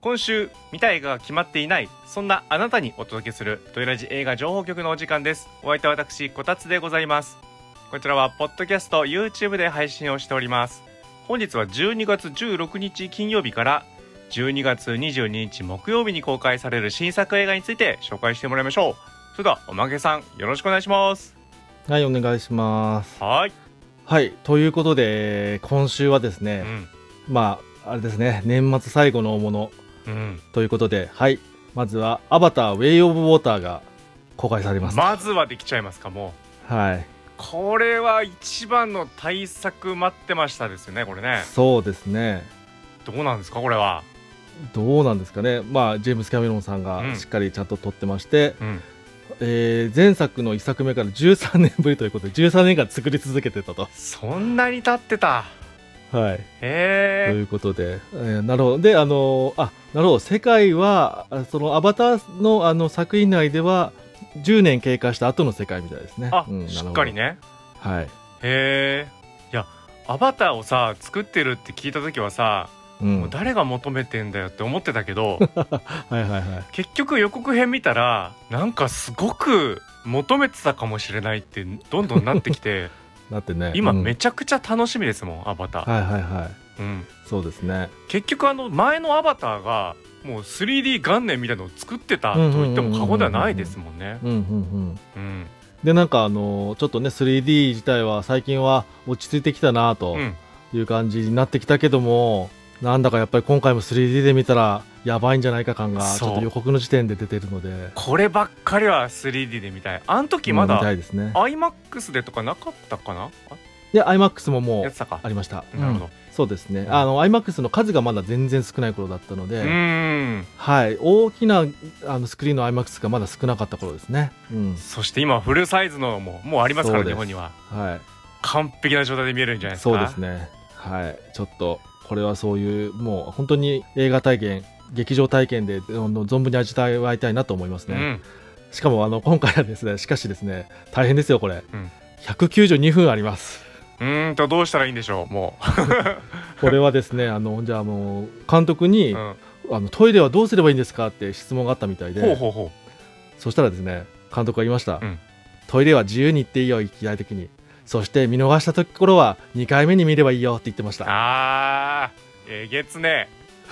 今週見たい映画が決まっていない、そんなあなたにお届けするドイラジ映画情報局のお時間です。お相手は私こたつでございます。こちらはポッドキャスト YouTube で配信をしております。本日は12月16日金曜日から12月22日木曜日に公開される新作映画について紹介してもらいましょう。それではおまけさんよろしくお願いします。 はい、お願いします。 はい、 ということで今週はですね、あれですね、年末最後の大物ということで、まずはアバターウェイオブウォーターが公開されます。 まずはできちゃいますか。もうこれは一番の大作待ってましたですよね。これね。 そうですね。 どうなんですかこれは。 どうなんですかね。ジェームス・キャメロンさんがしっかりちゃんと撮ってまして、前作の1作目から13年ぶりということで13年間作り続けてたと。 そんなに経ってた。 ということで、なるほど。で、なるほど。世界はそのアバターの作品内では10年経過した後の世界みたいですね。 しっかりね。いや、アバターをさ作ってるって聞いた時はさ、もう誰が求めてんだよって思ってたけど結局予告編見たらなんかすごく求めてたかもしれないってどんどんなってきてだってね、 今めちゃくちゃ楽しみですもん、アバター。 そうですね。 結局前のアバターがもう 3D 元年みたいなのを作ってたと言っても過言ではないですもんね。 で、なんかちょっとね 3D 自体は最近は落ち着いてきたなという感じになってきたけども、なんだかやっぱり今回も 3D で見たらやばいんじゃないか感がちょっと予告の時点で出てるので、 こればっかりは 3D で見たい。あの時まだ、 見たいですね。 IMAX でとかなかったかな。 いや IMAX ももうありました。 なるほど。 そうですね。IMAX の数がまだ全然少ない頃だったので、大きなスクリーンの IMAX がまだ少なかった頃ですね。 そして今フルサイズのもうありますから、日本には。完璧な状態で見えるんじゃないですか。 そうですね。ちょっとこれはそういうもう本当に映画体験、劇場体験で存分に味わいたいなと思いますね。しかも今回はですね、しかしですね、大変ですよこれ。192分あります。 どうしたらいいんでしょう。もうこれはですね、じゃあもう監督に、トイレはどうすればいいんですかって質問があったみたいで、そしたらですね、監督が言いました。トイレは自由に行っていいよ、機械的に。そして見逃したところは2回目に見ればいいよって言ってました。 えげつね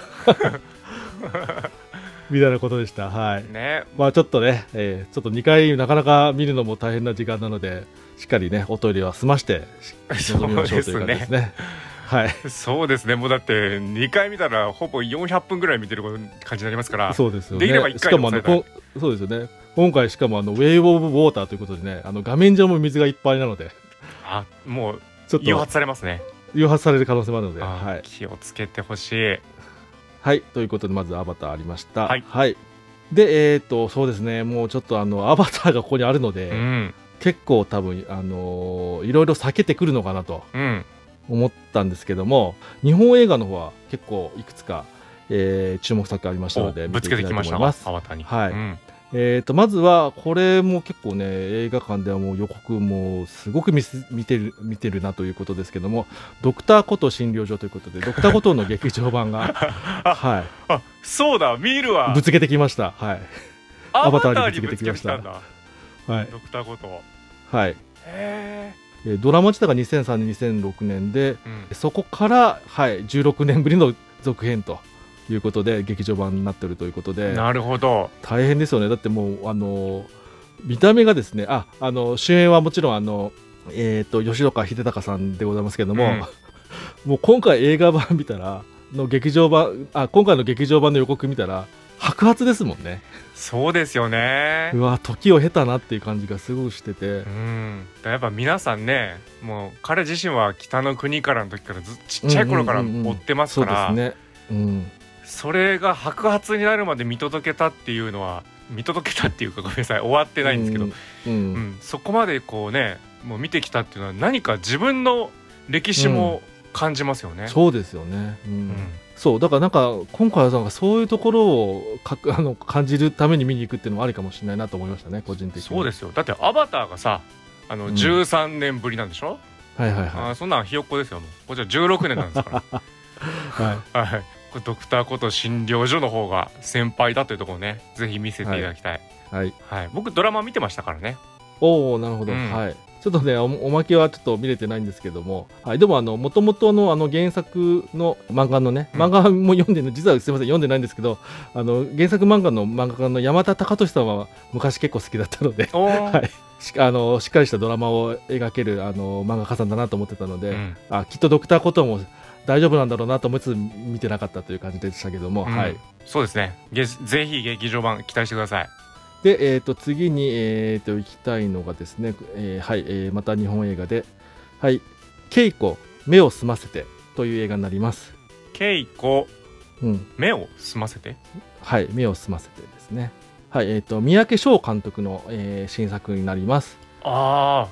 みたいなことでした。ちょっとね、ちょっと2回なかなか見るのも大変な時間なので、しっかりねおトイレは済まして臨みましょうという感じですね。 そうですね。もうだって2回見たらほぼ400分ぐらい見てる感じになりますから。 そうですよね。 できれば1回で抑えたい。 そうですよね。今回しかもウェイブ・オブ・ウォーターということでね、画面上も水がいっぱいなので、 もうちょっと誘発されますね。 誘発される可能性もあるので、 気をつけてほしい。 ということでまずアバターありました。で、そうですね、もうちょっとアバターがここにあるので、結構多分いろいろ避けてくるのかなと思ったんですけども、日本映画の方は結構いくつか、注目作ありましたのでぶつけてきました。アバターに。 まずはこれも結構ね、映画館ではもう予告もすごく見てるなということですけども、ドクターコトー診療所ということでドクターコトーの劇場版がそうだ、見るわ。 ぶつけてきました。 アバターにぶつけてきました。ドクターコトー。ドラマ自体が2003年2006年で、そこから16年ぶりの続編ということで劇場版になってるということで、 なるほど。 大変ですよね。だってもう見た目がですね、主演はもちろん吉岡秀隆さんでございますけども、もう今回映画版見たら今回の劇場版の予告見たら白髪ですもんね。 そうですよね。 うわ、時を経たなっていう感じがすごくしてて、 やっぱ皆さんね、もう彼自身は北の国からの時からちっちゃい頃から追ってますから、 そうですね。 それが白髪になるまで見届けたっていうのは、見届けたっていうかごめんなさい、終わってないんですけど、そこまでこうね、もう見てきたっていうのは何か自分の歴史も感じますよね。 そうですよね。そうだからなんか今回はなんかそういうところを感じるために見に行くっていうのもありかもしれないなと思いましたね、個人的に。 そうですよ。だってアバターがさ、13年ぶりなんでしょ。そんなんひよっこですよ。もうこちら16年なんですから。 ドクターこと診療所の方が先輩だというところをねぜひ見せていただきたい。 はい、 はい、僕ドラマ見てましたからね。 おお、なるほど、はい。ちょっとね おまけはちょっと見れてないんですけども、はい、でももともとの原作の漫画のね、漫画も読んでるの、実はすみません読んでないんですけど、原作漫画の漫画家の山田孝俊さんは昔結構好きだったので、はい、しっかりしたドラマを描ける漫画家さんだなと思ってたので、きっとドクターコトーも大丈夫なんだろうなと思いつつ見てなかったという感じでしたけども、はい、 そうですね。ぜひ劇場版期待してください。 で、次に、行きたいのがですね、はい、また日本映画で、はい、ケイコ目を澄ませてという映画になります。 ケイコ、目を澄ませて、 はい、目を澄ませてですね。はい、三宅翔監督の、新作になります。 はい、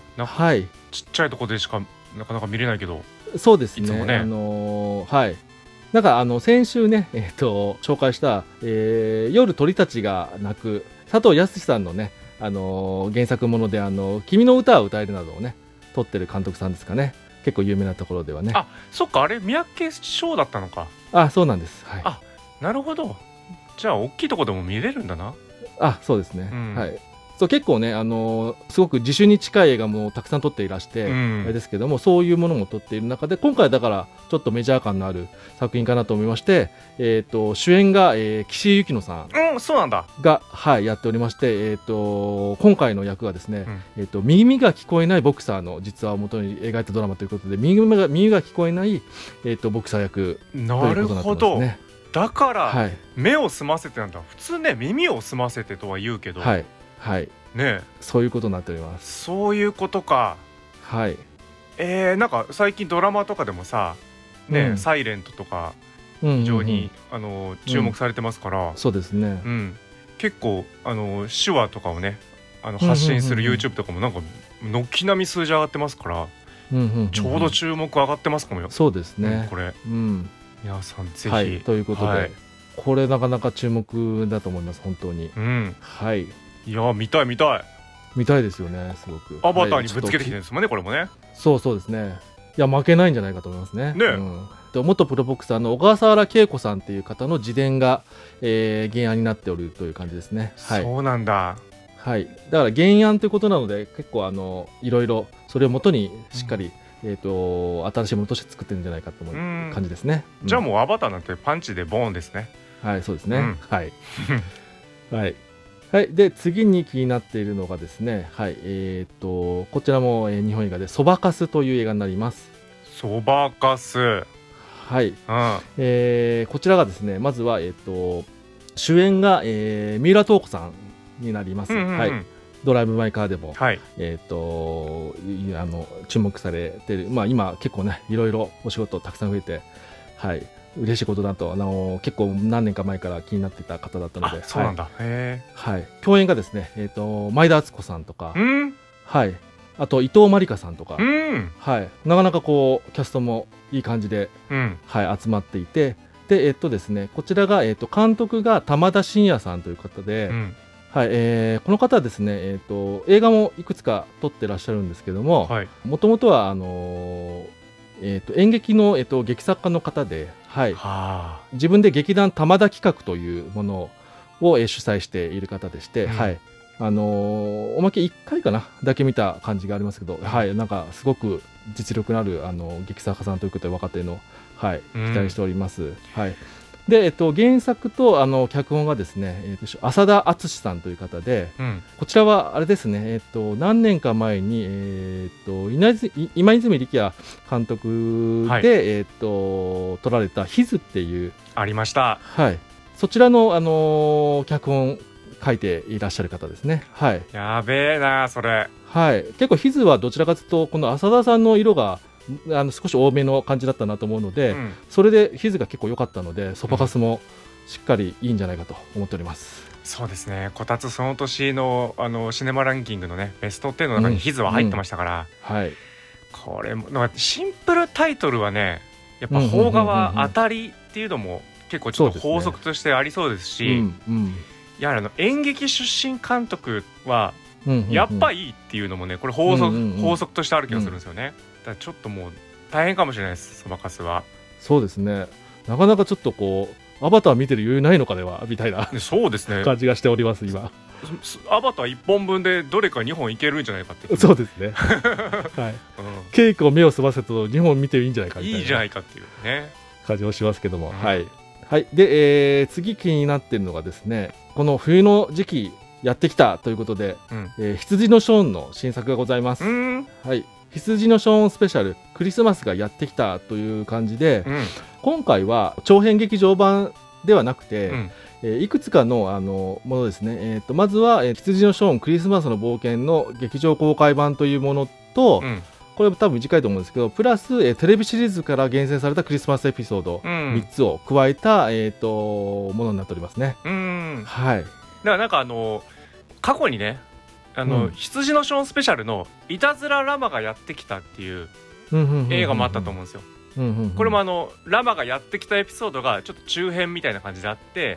ちっちゃいところでしかなかなか見れないけど、 そうですね。はい。なんか先週ね、紹介した、夜鳥たちが鳴く佐藤康さんのね、原作もので君の歌を歌えるなどをね撮ってる監督さんですかね。結構有名なところではね。 あ、そっか、あれ三宅翔だったのか。 あ、そうなんです、はい。 あ、なるほど。じゃあ大きいとこでも見れるんだな。 あ、そうですね、はい。そう結構ね、すごく自主に近い映画もたくさん撮っていらして、あれですけども、そういうものも撮っている中で、今回だからちょっとメジャー感のある作品かなと思いまして、主演が、岸井ゆきのさん、 そうなんだが、はい、やっておりまして、今回の役がですね、耳が聞こえないボクサーの実話をもとに描いたドラマということで、耳が聞こえない、ボクサー役ということになってますね。 だから、はい、目を澄ませてなんだ。普通ね、耳を澄ませてとは言うけど、 はいはいね、 そういうことになっております。 そういうことか。 はい。 なんか最近ドラマとかでもさ、ね、サイレントとか非常に、注目されてますから、 そうですね。 結構手話とかをね発信する YouTube とかもなんか軒並み数字上がってますから、ちょうど注目上がってますかもよ。 そうですね。 これ、皆さんぜひ、 はい、ということで、これなかなか注目だと思います本当に。はい。 いや見たいですよね。すごくアバターにぶつけてきてるんですもんね、これもね。 そうですね。いや負けないんじゃないかと思いますね。元プロボクサーの小笠原恵子さんっていう方の自伝が、原案になっておるという感じですね。はい、 そうなんだ。 はい、だから原案ということなので結構いろいろそれをもとにしっかり、新しいものとして作ってるんじゃないかと思う感じですね。 じゃあもうアバターなんてパンチでボーンですね。 はい、そうですね。はいはいはい、で次に気になっているのがですね、はい、こちらも、日本映画でそばかすという映画になります。 そばかす、 はい、こちらがですね、まずは、主演が、三浦透子さんになります。はい、ドライブ・マイ・カーでも、はい、注目されている、今結構ねいろいろお仕事たくさん増えて、はい、嬉しいことだと結構何年か前から気になっていた方だったので。 そうなんだ。 はい、共演がですね、前田敦子さんとか、はい、あと伊藤まりかさんとか、はい、なかなかこうキャストもいい感じで、はい、集まっていて、でですね、こちらが監督が玉田真也さんという方で、はい、この方はですね、映画もいくつか撮ってらっしゃるんですけども、もともとは演劇の、劇作家の方で、はい、自分で劇団玉田企画というものを、主催している方でして、はい、おまけ1回かなだけ見た感じがありますけど、はい、なんかすごく実力のある劇作家さんということで分かっているのを、はい、期待しております。はい、で、原作と脚本がですね、浅田敦さんという方で、こちらはあれですね、何年か前に、今泉力也監督で、撮られた「ヒズ」っていうありました、 はい、そちらの、脚本書いていらっしゃる方ですね。はい、 やべえなそれ。 はい、結構ヒズはどちらかというとこの浅田さんの色が少し多めの感じだったなと思うので、それでヒズが結構良かったので、そばかすもしっかりいいんじゃないかと思っております。 そうですね、こたつその年のシネマランキングのねベスト10の中にヒズは入ってましたから、はい、これもシンプルタイトルはね、やっぱ邦画は当たりっていうのも結構ちょっと法則としてありそうですし、やはり演劇出身監督はやっぱいいっていうのもね、これ法則としてある気がするんですよね。だからちょっともう大変かもしれないです、そばかすは。 そうですね。 なかなかちょっとこうアバター見てる余裕ないのかではみたいなそうですね感じがしております今。 アバター1本分でどれか2本いけるんじゃないかってそうですねはい、稽古を目を澄ませと2本見ていいんじゃないかみたいないいじゃないかっていうね感じもしますけども、はい、はい、で、次気になっているのがですね、この冬の時期やってきたということで、羊のショーンの新作がございます。はい、羊のショーンスペシャルクリスマスがやってきたという感じで、今回は長編劇場版ではなくて、いくつかの、ものですね、まずは、羊のショーンクリスマスの冒険の劇場公開版というものと、これ多分短いと思うんですけど、プラス、テレビシリーズから厳選されたクリスマスエピソード3つを加えた、ものになっておりますね。はい、だからなんか過去にね羊のショーンスペシャルのいたずらラマがやってきたっていう映画もあったと思うんですよ。これもラマがやってきたエピソードがちょっと中編みたいな感じであって、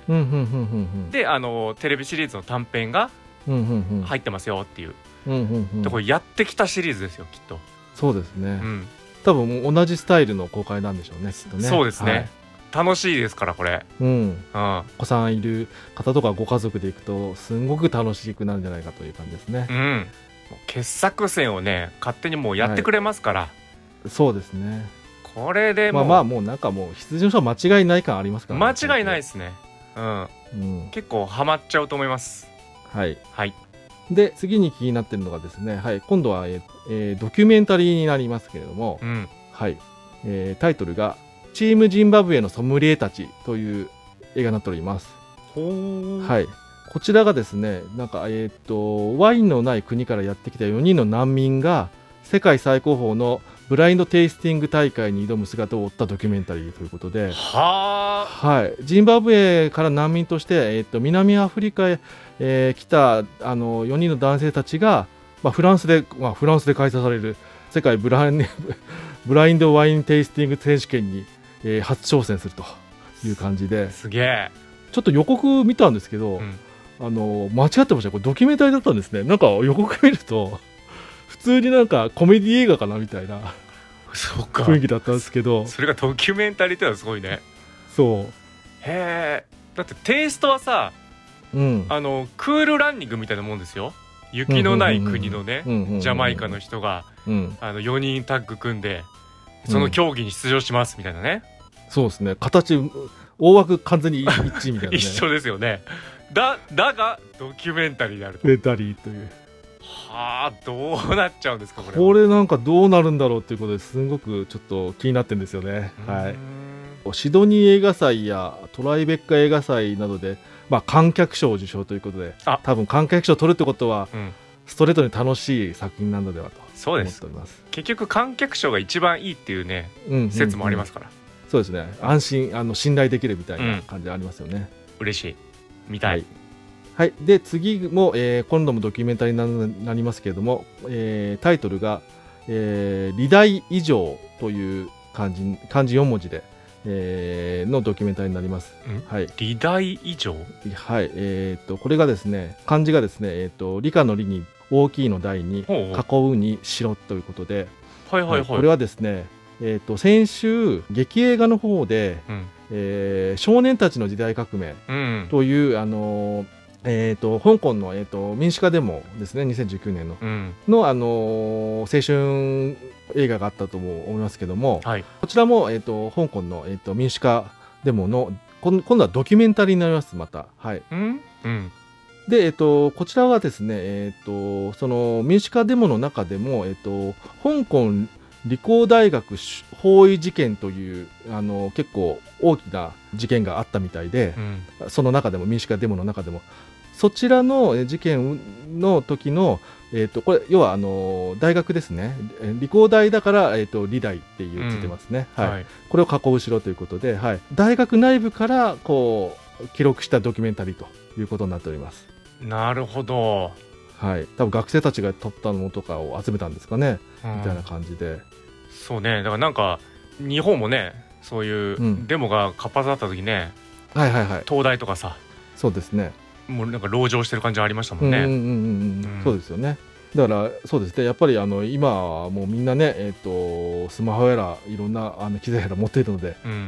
でテレビシリーズの短編が入ってますよっていう、でこれやってきたシリーズですよきっと。 そうですね、多分同じスタイルの公開なんでしょうねきっとね。 そうですね、楽しいですからこれ、お子さんいる方とかご家族で行くとすんごく楽しくなるんじゃないかという感じですね。 傑作選をね勝手にもうやってくれますから、 そうですね。 これでももうなんかもう羊のショー間違いない感ありますからね。間違いないですね。結構ハマっちゃうと思います。 はい、はい、で次に気になっているのがですね、はい、今度は、ドキュメンタリーになりますけれども、はい、タイトルがチームジンバブエのソムリエたちという映画になっております。はい、こちらがですね、なんか、ワインのない国からやってきた4人の難民が世界最高峰のブラインドテイスティング大会に挑む姿を追ったドキュメンタリーということで、はい、ジンバブエから難民として、南アフリカへ、来た4人の男性たちが、フランスで開催される世界ブラインドワインテイスティング選手権に、初挑戦するという感じで、 すげえ。 ちょっと予告見たんですけど、間違ってました。これドキュメンタリーだったんですね。なんか予告見ると普通になんかコメディ映画かなみたいな雰囲気だったんですけど、 それがドキュメンタリーってのはすごいね。 そうへえ。だってテイストはさ、クールランニングみたいなもんですよ。雪のない国のねジャマイカの人が、4人タッグ組んでその競技に出場しますみたいなね。 そうですね。形大枠完全に一致みたいな、ね、 一緒ですよね。だがドキュメンタリーであると。 ドキュメンタリーという。 はあ、どうなっちゃうんですかこれ。 これなんかどうなるんだろうっていうことですごくちょっと気になってるんですよね。はい。シドニー映画祭やトライベッカ映画祭などで、観客賞を受賞ということで、多分観客賞を取るってことは、ストレートに楽しい作品なのではと思っております。 結局観客賞が一番いいっていうね、説もありますから。 そうですね。安心信頼できるみたいな感じありますよね。 嬉しい。見たい。 はい、で次も、今度もドキュメンタリーになりますけれども、タイトルが、利大以上という漢字4文字で、のドキュメンタリーになります。はい、 利大以上、 はい、これがですね、漢字がですね、理科の理に大きいの大に囲うに白ということで、これはですね、先週劇映画の方で、少年たちの時代革命という、香港の、民主化デモですね、2019年の、青春映画があったと思いますけども、こちらも、香港の、民主化デモの今度はドキュメンタリーになります。また、はい、で、こちらはですね、その民主化デモの中でも、香港理工大学包囲事件という結構大きな事件があったみたいで、その中でも民主化デモの中でもそちらの事件の時の、これ要は大学ですね。理工大だから、理大って言ってますね。これを囲うしろということで、大学内部からこう記録したドキュメンタリーということになっております。 なるほど。 はい、多分学生たちが撮ったのとかを集めたんですかね、みたいな感じで。 そうね。だからなんか日本もね、そういうデモが活発だった時ね、東大とかさ、そうですね、もうなんか籠城してる感じありましたもんね。 そうですよね。だからそうですね、やっぱり今はもうみんなね、スマホやらいろんな機材やら持っているので、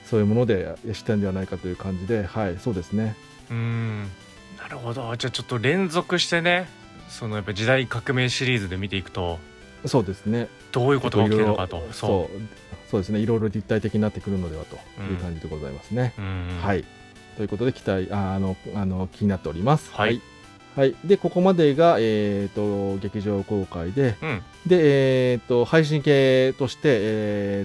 そういうものでしたんではないかという感じで、はい、そうですね。 なるほど。じゃあちょっと連続してね、そのやっぱ時代革命シリーズで見ていくと、 そうですね、 どういうことが起きてるのかと、 そうですね、いろいろ立体的になってくるのではという感じでございますね。はい、ということで気になっております。はい、はい、でここまでが、劇場公開で、で、配信系として、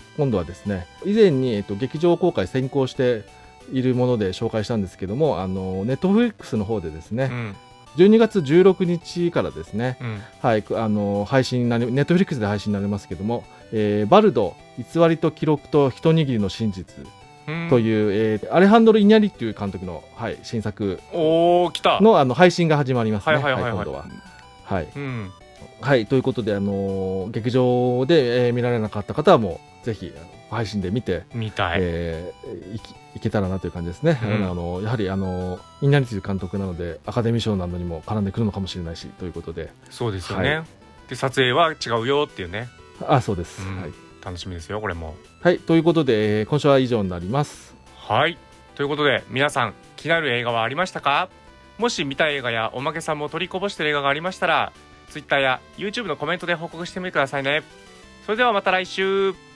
今度はですね、以前に、劇場公開先行しているもので紹介したんですけども、ネットフリックスの方でですね、12月16日からですね、はい、配信ネットフリックスで配信になりますけども、バルド偽りと記録と一握りの真実という、アレハンドロ・イニャリっていう監督の、はい、新作の配信が始まりますね、今度は。はい、はい、ということで、劇場で、見られなかった方はもうぜひ配信で見ていけたらなという感じですね。やはりイニャリという監督なのでアカデミー賞などにも絡んでくるのかもしれないしということで。 そうですよね、はい、で撮影は違うよっていうね。 そうです、はい、 楽しみですよこれも。 はい、ということで、今週は以上になります。 はい、ということで皆さん気になる映画はありましたか？もし見た映画やおまけさんも取りこぼしてる映画がありましたら Twitter や YouTube のコメントで報告してみてくださいね。それではまた来週。